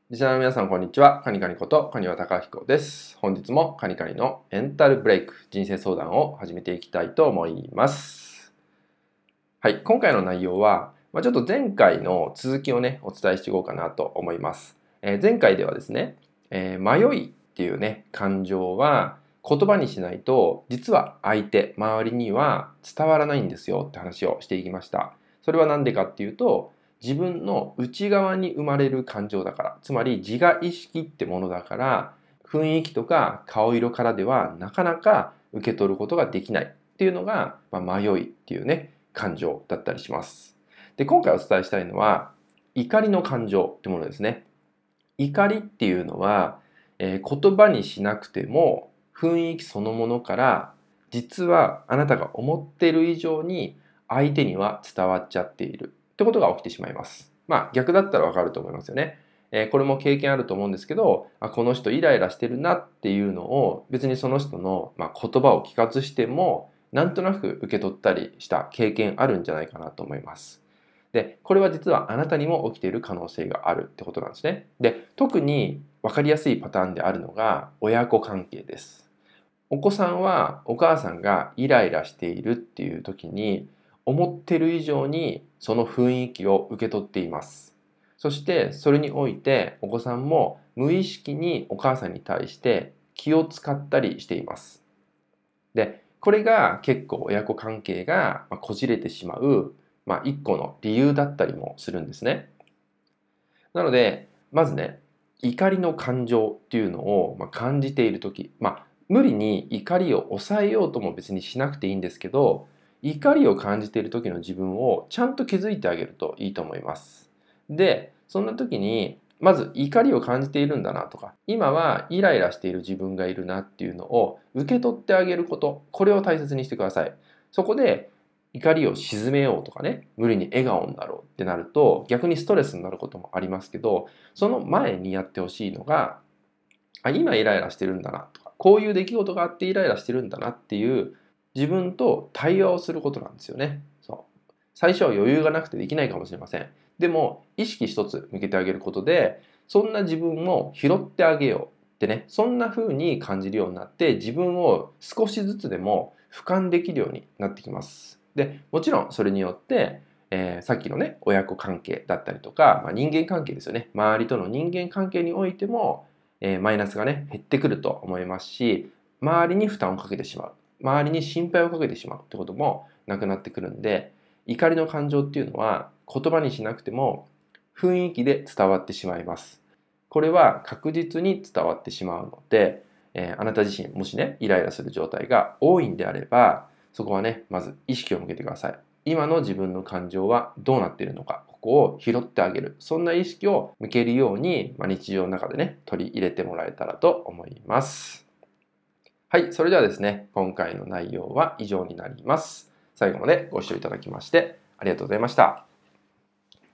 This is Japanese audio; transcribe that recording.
リスナーの皆さん、こんにちは。カニカニことカニワタカヒコです。本日もカニカニのメンタルブレイク人生相談を始めていきたいと思います。はい、今回の内容は、ちょっと前回の続きをね、お伝えしていこうかなと思います。前回ではですね、迷いっていうね、感情は言葉にしないと、実は相手、周りには伝わらないんですよって話をしていきました。それは何でかっていうと、自分の内側に生まれる感情だから、つまり自我意識ってものだから、雰囲気とか顔色からではなかなか受け取ることができないっていうのが、迷いっていうね、感情だったりします。で、今回お伝えしたいのは、怒りの感情ってものですね。怒りっていうのは、言葉にしなくても雰囲気そのものから、実はあなたが思っている以上に相手には伝わっちゃっているってことが起きてしまいます。逆だったらわかると思いますよね。これも経験あると思うんですけど、この人イライラしてるなっていうのを別にその人の、言葉を聞かずしてもなんとなく受け取ったりした経験あるんじゃないかなと思います。で、これは実はあなたにも起きている可能性があるってことなんですね。で、特に分かりやすいパターンであるのが親子関係です。お子さんはお母さんがイライラしているっていう時に思ってる以上にその雰囲気を受け取っています。そしてそれにおいてお子さんも無意識にお母さんに対して気を使ったりしています。で、これが結構親子関係がこじれてしまう、一個の理由だったりもするんですね。なので、まずね、怒りの感情っていうのを感じているとき、無理に怒りを抑えようとも別にしなくていいんですけど、怒りを感じている時の自分をちゃんと気づいてあげるといいと思います。で、そんな時に、まず怒りを感じているんだなとか、今はイライラしている自分がいるなっていうのを受け取ってあげること、これを大切にしてください。そこで怒りを鎮めようとかね、無理に笑顔になろうってなると逆にストレスになることもありますけど、その前にやってほしいのが、今イライラしてるんだなとか、こういう出来事があってイライラしてるんだなっていう自分と対話をすることなんですよね。そう。最初は余裕がなくてできないかもしれません。でも意識一つ向けてあげることで、そんな自分を拾ってあげようってね、そんな風に感じるようになって自分を少しずつでも俯瞰できるようになってきます。で、もちろんそれによって、さっきのね、親子関係だったりとか、人間関係ですよね。周りとの人間関係においても、マイナスがね、減ってくると思いますし、周りに負担をかけてしまう。周りに心配をかけてしまうってこともなくなってくるんで、怒りの感情っていうのは言葉にしなくても雰囲気で伝わってしまいます。これは確実に伝わってしまうので、あなた自身もしね、イライラする状態が多いんであれば、そこはね、まず意識を向けてください。今の自分の感情はどうなっているのか、ここを拾ってあげる。そんな意識を向けるように、日常の中でね、取り入れてもらえたらと思います。はい、それではですね、今回の内容は以上になります。最後までご視聴いただきましてありがとうございました。